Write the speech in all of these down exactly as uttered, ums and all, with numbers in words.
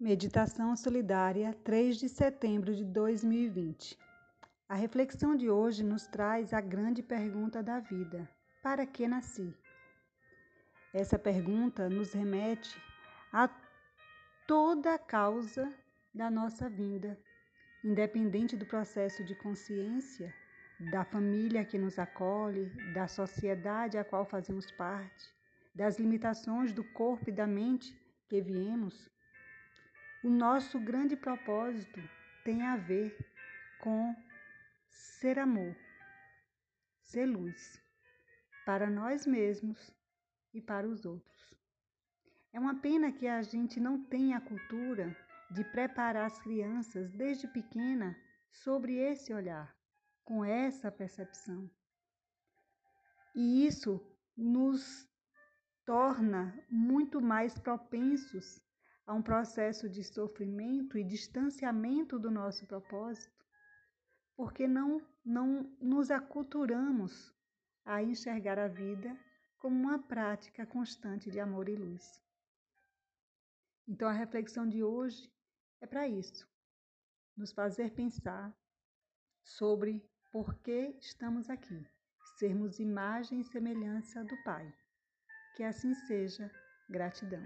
Meditação Solidária, três de setembro de dois mil e vinte. A reflexão de hoje nos traz a grande pergunta da vida: para que nasci? Essa pergunta nos remete a toda a causa da nossa vinda, independente do processo de consciência, da família que nos acolhe, da sociedade a qual fazemos parte, das limitações do corpo e da mente que viemos. O nosso grande propósito tem a ver com ser amor, ser luz, para nós mesmos e para os outros. É uma pena que a gente não tenha a cultura de preparar as crianças desde pequena sobre esse olhar, com essa percepção. E isso nos torna muito mais propensos a um processo de sofrimento e distanciamento do nosso propósito, porque não, não nos aculturamos a enxergar a vida como uma prática constante de amor e luz. Então a reflexão de hoje é para isso, nos fazer pensar sobre por que estamos aqui, sermos imagem e semelhança do Pai. Que assim seja, gratidão.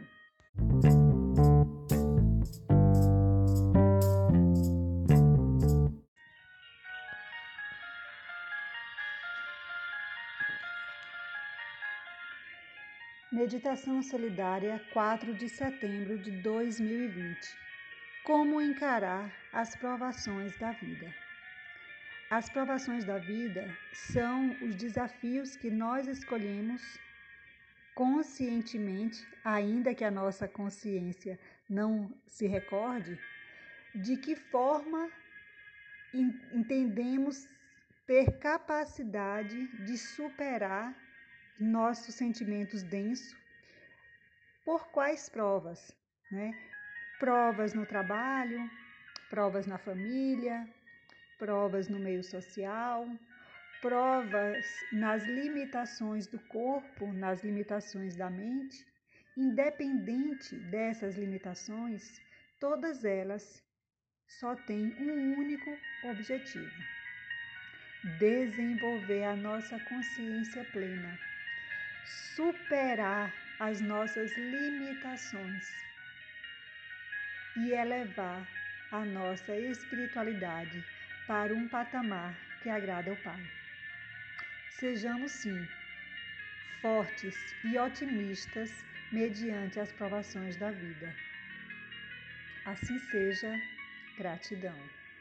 Meditação Solidária, quatro de setembro de dois mil e vinte. Como encarar as provações da vida? As provações da vida são os desafios que nós escolhemos conscientemente, ainda que a nossa consciência não se recorde, de que forma entendemos ter capacidade de superar nossos sentimentos densos. Por quais provas? Né? Provas no trabalho, provas na família, provas no meio social, provas nas limitações do corpo, nas limitações da mente. Independente dessas limitações, todas elas só têm um único objetivo: desenvolver a nossa consciência plena, superar as nossas limitações e elevar a nossa espiritualidade para um patamar que agrada ao Pai. Sejamos, sim, fortes e otimistas mediante as provações da vida. Assim seja, gratidão.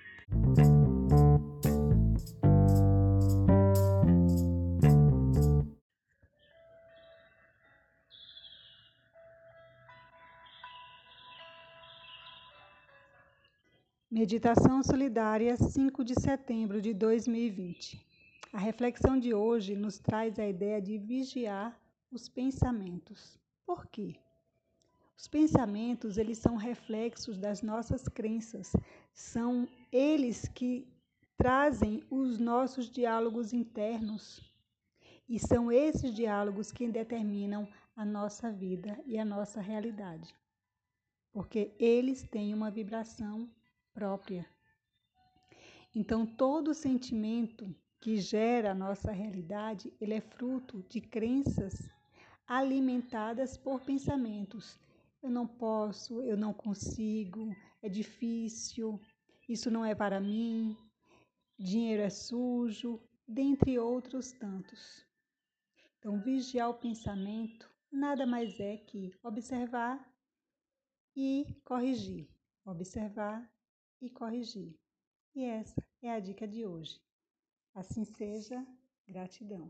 Meditação Solidária, cinco de setembro de dois mil e vinte. A reflexão de hoje nos traz a ideia de vigiar os pensamentos. Por quê? Os pensamentos, eles são reflexos das nossas crenças. São eles que trazem os nossos diálogos internos. E são esses diálogos que determinam a nossa vida e a nossa realidade. Porque eles têm uma vibração própria. Então, todo sentimento que gera a nossa realidade, ele é fruto de crenças alimentadas por pensamentos. Eu não posso, eu não consigo, é difícil, isso não é para mim, dinheiro é sujo, dentre outros tantos. Então, vigiar o pensamento nada mais é que observar e corrigir, observar e corrigir. E essa é a dica de hoje. Assim seja, gratidão.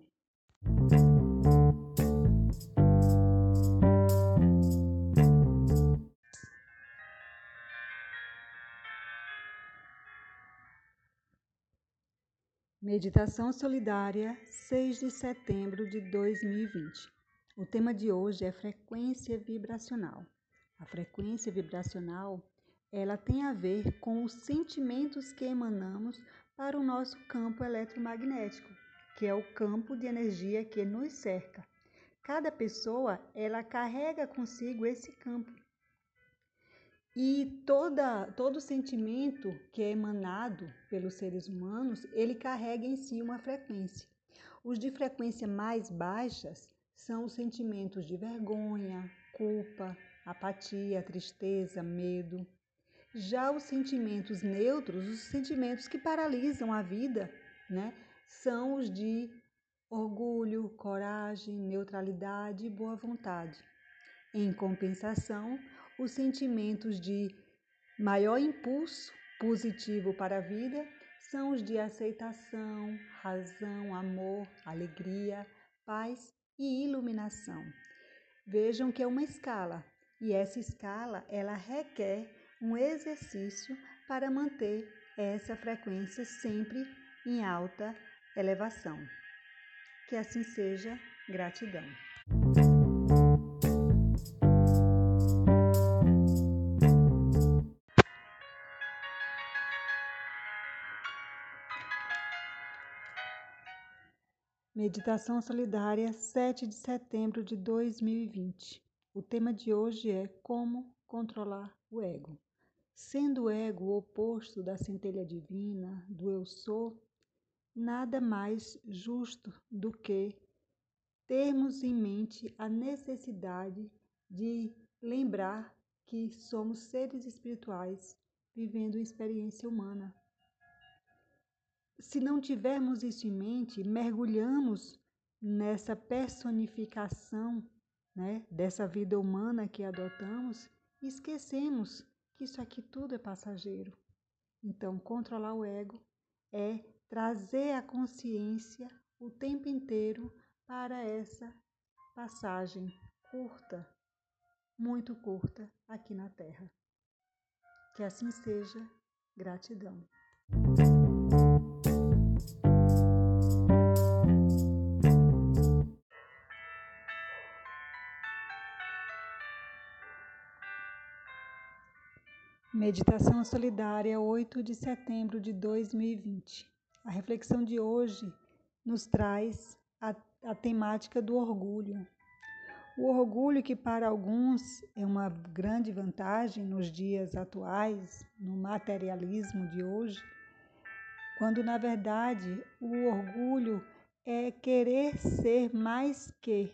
Meditação Solidária, seis de setembro de dois mil e vinte. O tema de hoje é frequência vibracional. A frequência vibracional, ela tem a ver com os sentimentos que emanamos para o nosso campo eletromagnético, que é o campo de energia que nos cerca. Cada pessoa, ela carrega consigo esse campo. E toda, todo sentimento que é emanado pelos seres humanos, ele carrega em si uma frequência. Os de frequência mais baixas são os sentimentos de vergonha, culpa, apatia, tristeza, medo. Já os sentimentos neutros, os sentimentos que paralisam a vida, né, são os de orgulho, coragem, neutralidade e boa vontade. Em compensação, os sentimentos de maior impulso positivo para a vida são os de aceitação, razão, amor, alegria, paz e iluminação. Vejam que é uma escala, e essa escala ela requer um exercício para manter essa frequência sempre em alta elevação. Que assim seja, gratidão. Meditação Solidária, sete de setembro de dois mil e vinte. O tema de hoje é como controlar o ego. Sendo o ego o oposto da centelha divina, do eu sou, nada mais justo do que termos em mente a necessidade de lembrar que somos seres espirituais vivendo uma experiência humana. Se não tivermos isso em mente, mergulhamos nessa personificação, né, dessa vida humana que adotamos e esquecemos que isso aqui tudo é passageiro. Então, controlar o ego é trazer a consciência o tempo inteiro para essa passagem curta, muito curta, aqui na Terra. Que assim seja, gratidão. Meditação Solidária, oito de setembro de dois mil e vinte. A reflexão de hoje nos traz a, a temática do orgulho. O orgulho que para alguns é uma grande vantagem nos dias atuais, no materialismo de hoje, quando na verdade o orgulho é querer ser mais que.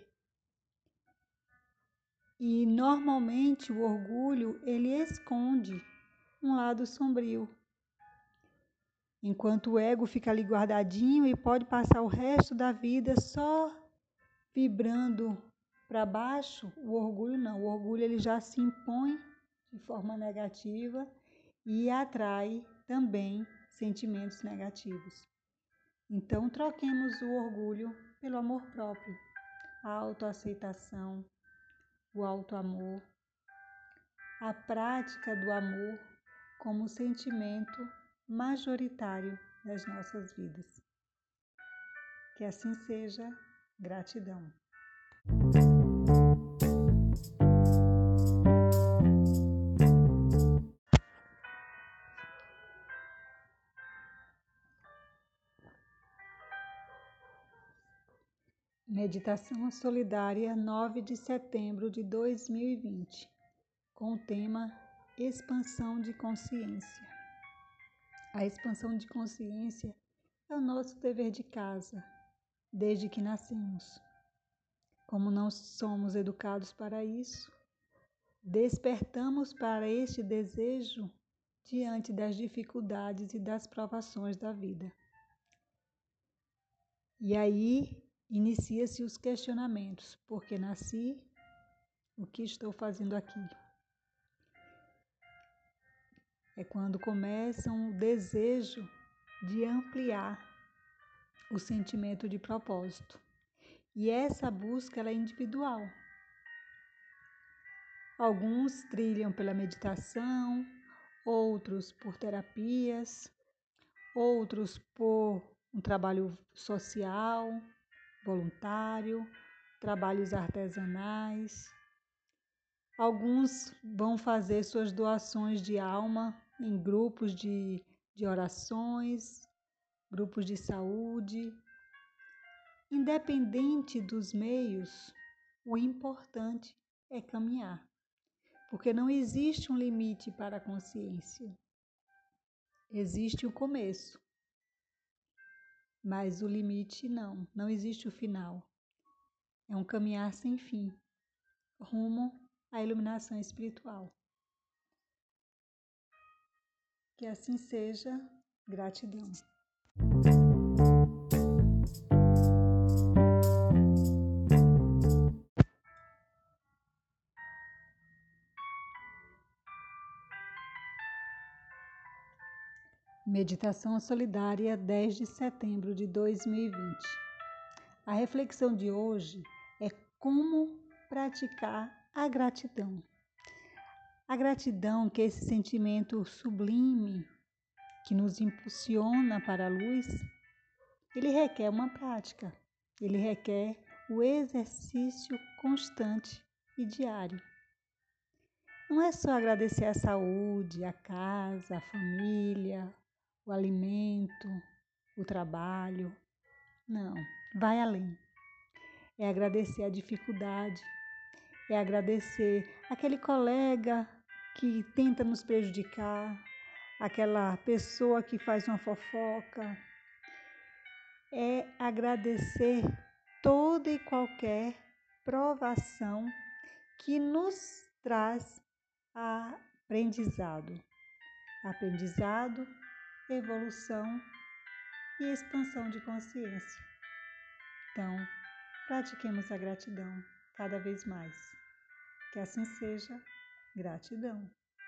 E normalmente o orgulho ele esconde um lado sombrio. Enquanto o ego fica ali guardadinho e pode passar o resto da vida só vibrando para baixo, o orgulho não. O orgulho ele já se impõe de forma negativa e atrai também sentimentos negativos. Então, troquemos o orgulho pelo amor próprio, a autoaceitação, o autoamor, a prática do amor como sentimento majoritário das nossas vidas. Que assim seja, gratidão. Meditação Solidária, nove de setembro de dois mil e vinte, com o tema Expansão de Consciência. A expansão de consciência é o nosso dever de casa, desde que nascemos. Como não somos educados para isso, despertamos para este desejo diante das dificuldades e das provações da vida. E aí inicia-se os questionamentos. Por que nasci? O que estou fazendo aqui? É quando começam o desejo de ampliar o sentimento de propósito. E essa busca ela é individual. Alguns trilham pela meditação, outros por terapias, outros por um trabalho social, voluntário, trabalhos artesanais. Alguns vão fazer suas doações de alma em grupos de, de orações, grupos de saúde. Independente dos meios, o importante é caminhar. Porque não existe um limite para a consciência. Existe o começo, mas o limite não, não existe o final. É um caminhar sem fim, rumo à iluminação espiritual. Que assim seja, gratidão. Meditação Solidária, dez de setembro de dois mil e vinte. A reflexão de hoje é como praticar a gratidão. A gratidão, que é esse sentimento sublime que nos impulsiona para a luz, ele requer uma prática, ele requer o exercício constante e diário. Não é só agradecer a saúde, a casa, a família, o alimento, o trabalho. Não, vai além. É agradecer a dificuldade, é agradecer aquele colega que tenta nos prejudicar, aquela pessoa que faz uma fofoca. É agradecer toda e qualquer provação que nos traz aprendizado. Aprendizado, evolução e expansão de consciência. Então, pratiquemos a gratidão cada vez mais. Que assim seja, gratidão.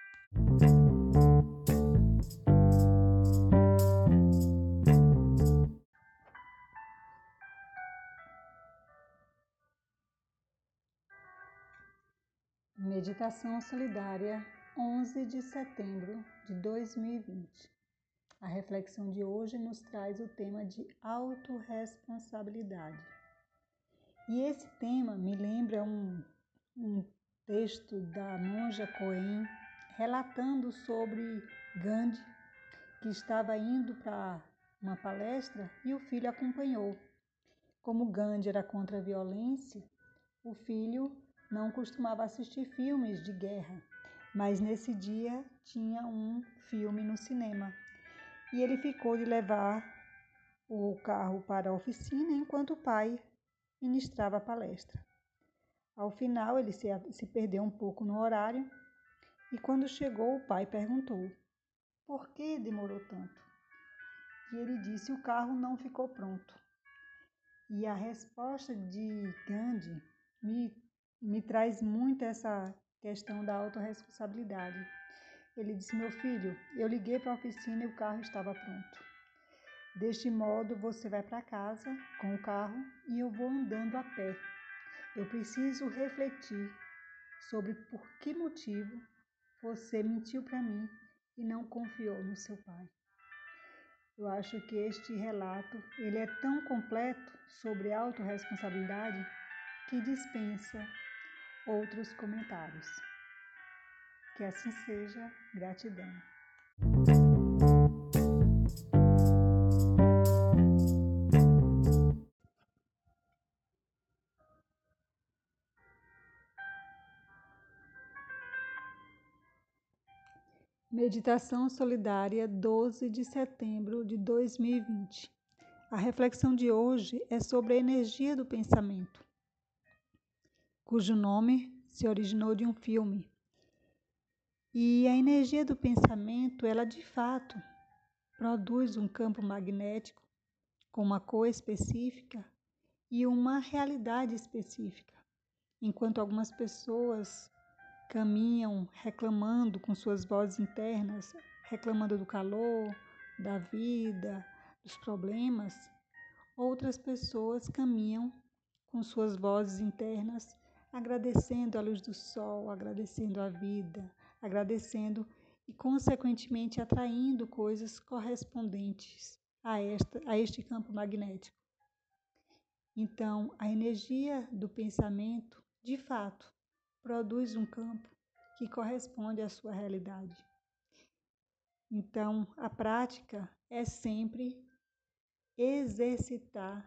Meditação Solidária, onze de setembro de dois mil e vinte. A reflexão de hoje nos traz o tema de autorresponsabilidade. E esse tema me lembra um, um texto da monja Coen relatando sobre Gandhi, que estava indo para uma palestra e o filho acompanhou. Como Gandhi era contra a violência, o filho não costumava assistir filmes de guerra, mas nesse dia tinha um filme no cinema. E ele ficou de levar o carro para a oficina enquanto o pai ministrava a palestra. Ao final, ele se, se perdeu um pouco no horário e quando chegou, o pai perguntou: por que demorou tanto? E ele disse: o carro não ficou pronto. E a resposta de Gandhi me, me traz muito essa questão da autorresponsabilidade. Ele disse: meu filho, eu liguei para a oficina e o carro estava pronto. Deste modo, você vai para casa com o carro e eu vou andando a pé. Eu preciso refletir sobre por que motivo você mentiu para mim e não confiou no seu pai. Eu acho que este relato ele é tão completo sobre autorresponsabilidade que dispensa outros comentários. Que assim seja, gratidão. Meditação Solidária, doze de setembro de dois mil e vinte. A reflexão de hoje é sobre a energia do pensamento, cujo nome se originou de um filme. E a energia do pensamento, ela de fato produz um campo magnético com uma cor específica e uma realidade específica. Enquanto algumas pessoas caminham reclamando com suas vozes internas, reclamando do calor, da vida, dos problemas, outras pessoas caminham com suas vozes internas, agradecendo a luz do sol, agradecendo a vida, agradecendo e, consequentemente, atraindo coisas correspondentes a, esta, a este campo magnético. Então, a energia do pensamento, de fato, produz um campo que corresponde à sua realidade. Então, a prática é sempre exercitar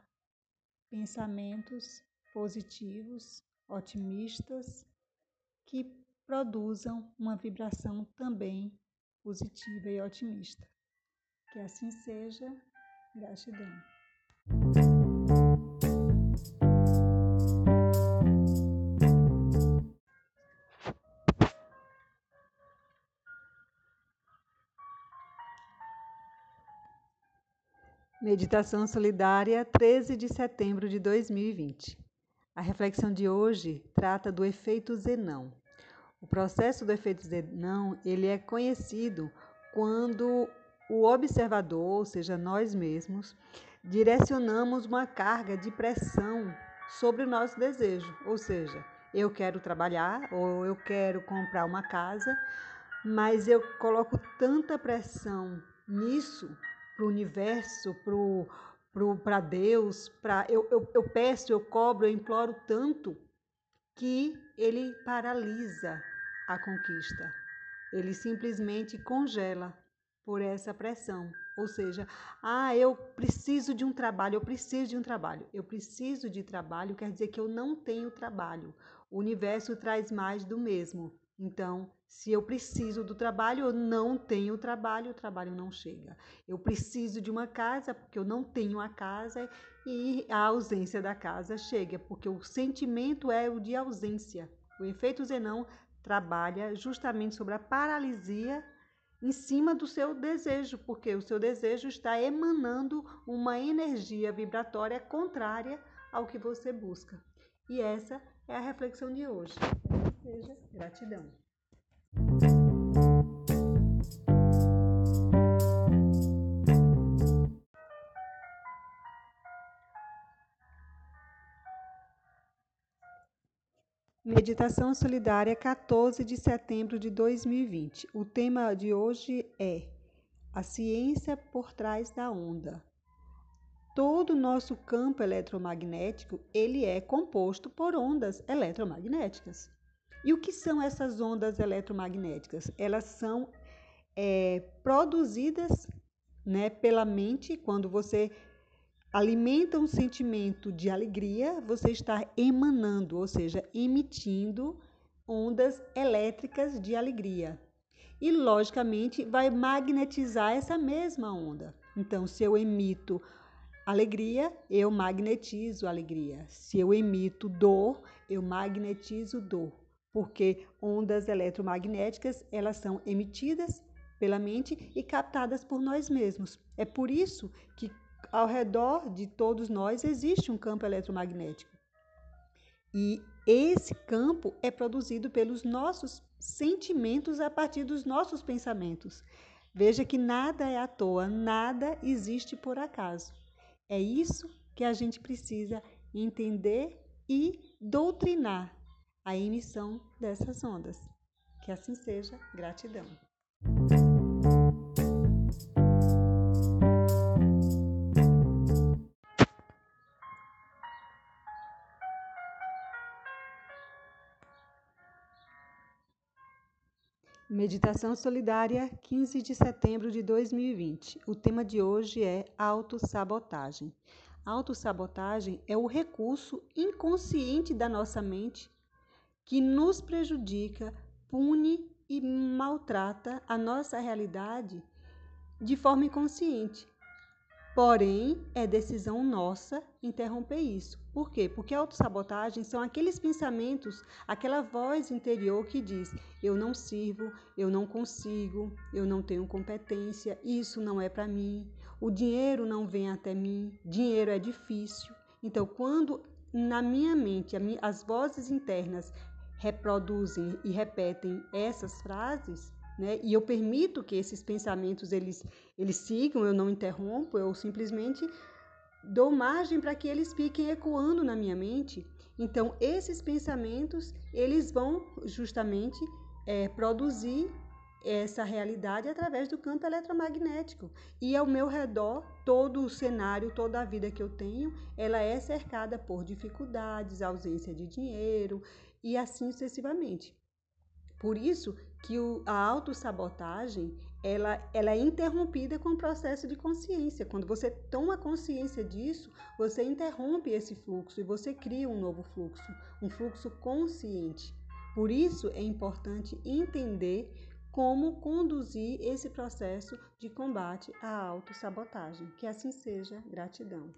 pensamentos positivos, otimistas, que produzam uma vibração também positiva e otimista. Que assim seja. Gratidão. Meditação Solidária, treze de setembro de dois mil e vinte. A reflexão de hoje trata do efeito Zenão. O processo do efeito Zenão, ele é conhecido quando o observador, ou seja, nós mesmos, direcionamos uma carga de pressão sobre o nosso desejo. Ou seja, eu quero trabalhar ou eu quero comprar uma casa, mas eu coloco tanta pressão nisso, para o universo, para Deus, pra, eu, eu, eu peço, eu cobro, eu imploro tanto que ele paralisa a conquista. Ele simplesmente congela por essa pressão. Ou seja, ah, eu preciso de um trabalho, eu preciso de um trabalho. Eu preciso de trabalho quer dizer que eu não tenho trabalho. O universo traz mais do mesmo. Então, se eu preciso do trabalho, eu não tenho trabalho, o trabalho não chega. Eu preciso de uma casa, porque eu não tenho a casa e a ausência da casa chega, porque o sentimento é o de ausência. O efeito Zenão trabalha justamente sobre a paralisia em cima do seu desejo, porque o seu desejo está emanando uma energia vibratória contrária ao que você busca. E essa é a reflexão de hoje. Que seja gratidão. Meditação Solidária, quatorze de setembro de dois mil e vinte. O tema de hoje é a ciência por trás da onda. Todo o nosso campo eletromagnético, ele é composto por ondas eletromagnéticas. E o que são essas ondas eletromagnéticas? Elas são é, produzidas, né, pela mente. Quando você alimenta um sentimento de alegria, você está emanando, ou seja, emitindo ondas elétricas de alegria. E, logicamente, vai magnetizar essa mesma onda. Então, se eu emito alegria, eu magnetizo alegria. Se eu emito dor, eu magnetizo dor. Porque ondas eletromagnéticas, elas são emitidas pela mente e captadas por nós mesmos. É por isso que ao redor de todos nós existe um campo eletromagnético. E esse campo é produzido pelos nossos sentimentos a partir dos nossos pensamentos. Veja que nada é à toa, nada existe por acaso. É isso que a gente precisa entender e doutrinar a emissão dessas ondas. Que assim seja. Gratidão. Meditação Solidária, quinze de setembro de dois mil e vinte. O tema de hoje é autossabotagem. A autossabotagem é o recurso inconsciente da nossa mente que nos prejudica, pune e maltrata a nossa realidade de forma inconsciente. Porém, é decisão nossa interromper isso. Por quê? Porque a autossabotagem são aqueles pensamentos, aquela voz interior que diz: eu não sirvo, eu não consigo, eu não tenho competência, isso não é para mim, o dinheiro não vem até mim, dinheiro é difícil. Então, quando na minha mente as vozes internas reproduzem e repetem essas frases, né, e eu permito que esses pensamentos eles, eles sigam, eu não interrompo, eu simplesmente dou margem para que eles fiquem ecoando na minha mente. Então, esses pensamentos, eles vão justamente é, produzir essa realidade através do campo eletromagnético. E ao meu redor, todo o cenário, toda a vida que eu tenho, ela é cercada por dificuldades, ausência de dinheiro e assim sucessivamente. Por isso que o, a autossabotagem ela, ela é interrompida com o processo de consciência. Quando você toma consciência disso, você interrompe esse fluxo e você cria um novo fluxo, um fluxo consciente. Por isso é importante entender como conduzir esse processo de combate à autossabotagem. Que assim seja. Gratidão.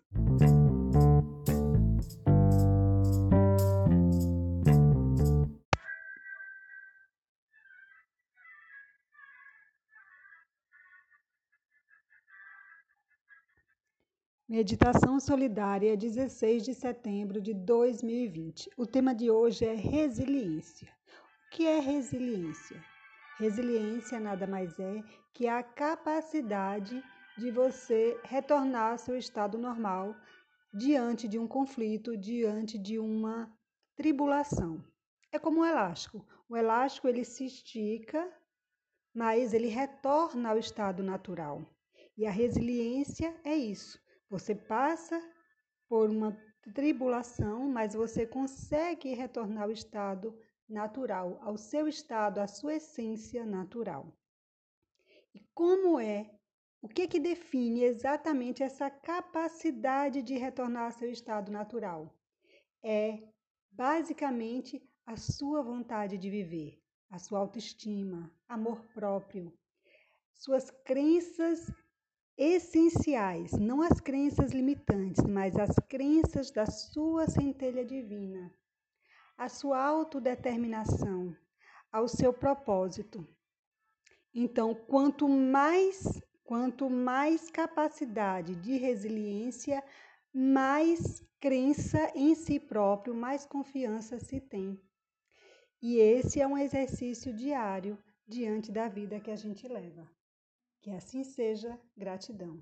Meditação Solidária, dezesseis de setembro de dois mil e vinte. O tema de hoje é resiliência. O que é resiliência? Resiliência nada mais é que a capacidade de você retornar ao seu estado normal diante de um conflito, diante de uma tribulação. É como um elástico. O elástico ele se estica, mas ele retorna ao estado natural. E a resiliência é isso. Você passa por uma tribulação, mas você consegue retornar ao estado natural, ao seu estado, à sua essência natural. E como é? O que que define exatamente essa capacidade de retornar ao seu estado natural? É basicamente a sua vontade de viver, a sua autoestima, amor próprio, suas crenças essenciais, não as crenças limitantes, mas as crenças da sua centelha divina, a sua autodeterminação, ao seu propósito. Então, quanto mais, quanto mais capacidade de resiliência, mais crença em si próprio, mais confiança se tem. E esse é um exercício diário diante da vida que a gente leva. Que assim seja. Gratidão.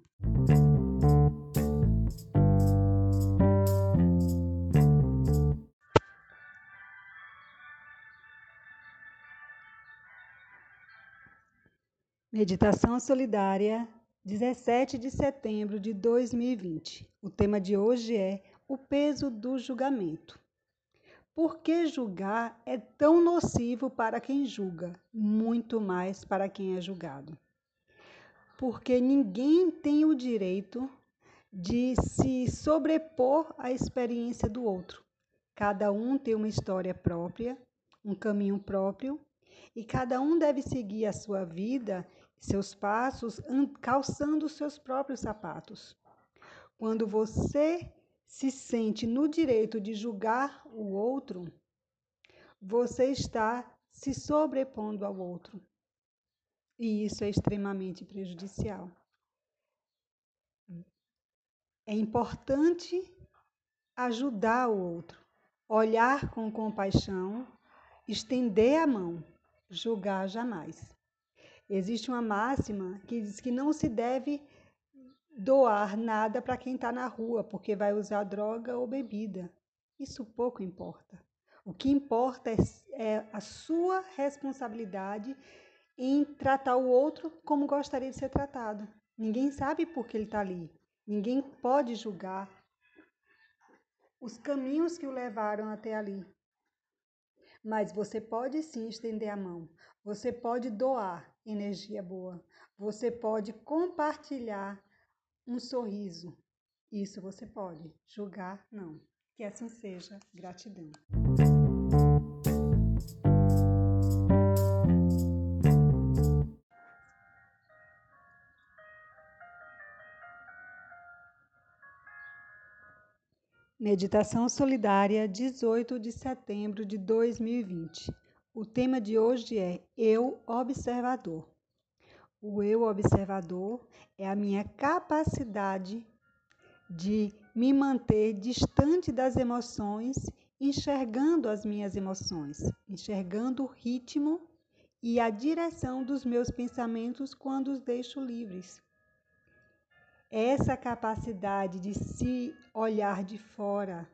Meditação Solidária, dezessete de setembro de dois mil e vinte. O tema de hoje é o peso do julgamento. Por que julgar é tão nocivo para quem julga, muito mais para quem é julgado? Porque ninguém tem o direito de se sobrepor à experiência do outro. Cada um tem uma história própria, um caminho próprio, e cada um deve seguir a sua vida, seus passos, calçando os seus próprios sapatos. Quando você se sente no direito de julgar o outro, você está se sobrepondo ao outro. E isso é extremamente prejudicial. É importante ajudar o outro, olhar com compaixão, estender a mão, julgar jamais. Existe uma máxima que diz que não se deve doar nada para quem está na rua, porque vai usar droga ou bebida. Isso pouco importa. O que importa é, é a sua responsabilidade em tratar o outro como gostaria de ser tratado. Ninguém sabe por que ele está ali. Ninguém pode julgar os caminhos que o levaram até ali. Mas você pode sim estender a mão. Você pode doar energia boa. Você pode compartilhar um sorriso. Isso você pode. Julgar, não. Que assim seja. Gratidão. Meditação Solidária, dezoito de setembro de dois mil e vinte. O tema de hoje é Eu Observador. O eu observador é a minha capacidade de me manter distante das emoções, enxergando as minhas emoções, enxergando o ritmo e a direção dos meus pensamentos quando os deixo livres. Essa capacidade de se olhar de fora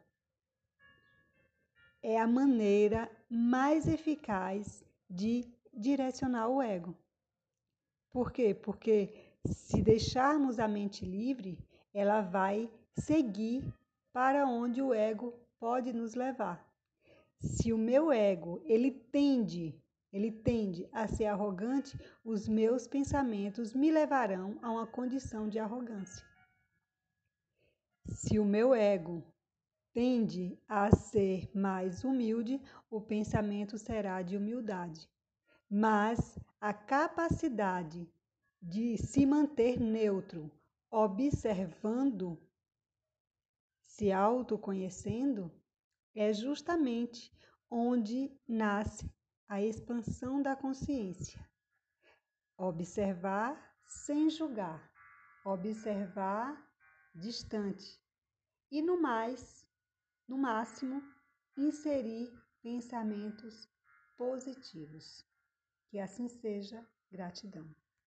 é a maneira mais eficaz de direcionar o ego. Por quê? Porque se deixarmos a mente livre, ela vai seguir para onde o ego pode nos levar. Se o meu ego, ele tende, ele tende a ser arrogante, os meus pensamentos me levarão a uma condição de arrogância. Se o meu ego tende a ser mais humilde, o pensamento será de humildade. Mas a capacidade de se manter neutro, observando, se autoconhecendo, é justamente onde nasce a expansão da consciência. Observar sem julgar, observar distante e, no mais, no máximo, inserir pensamentos positivos. Que assim seja. Gratidão.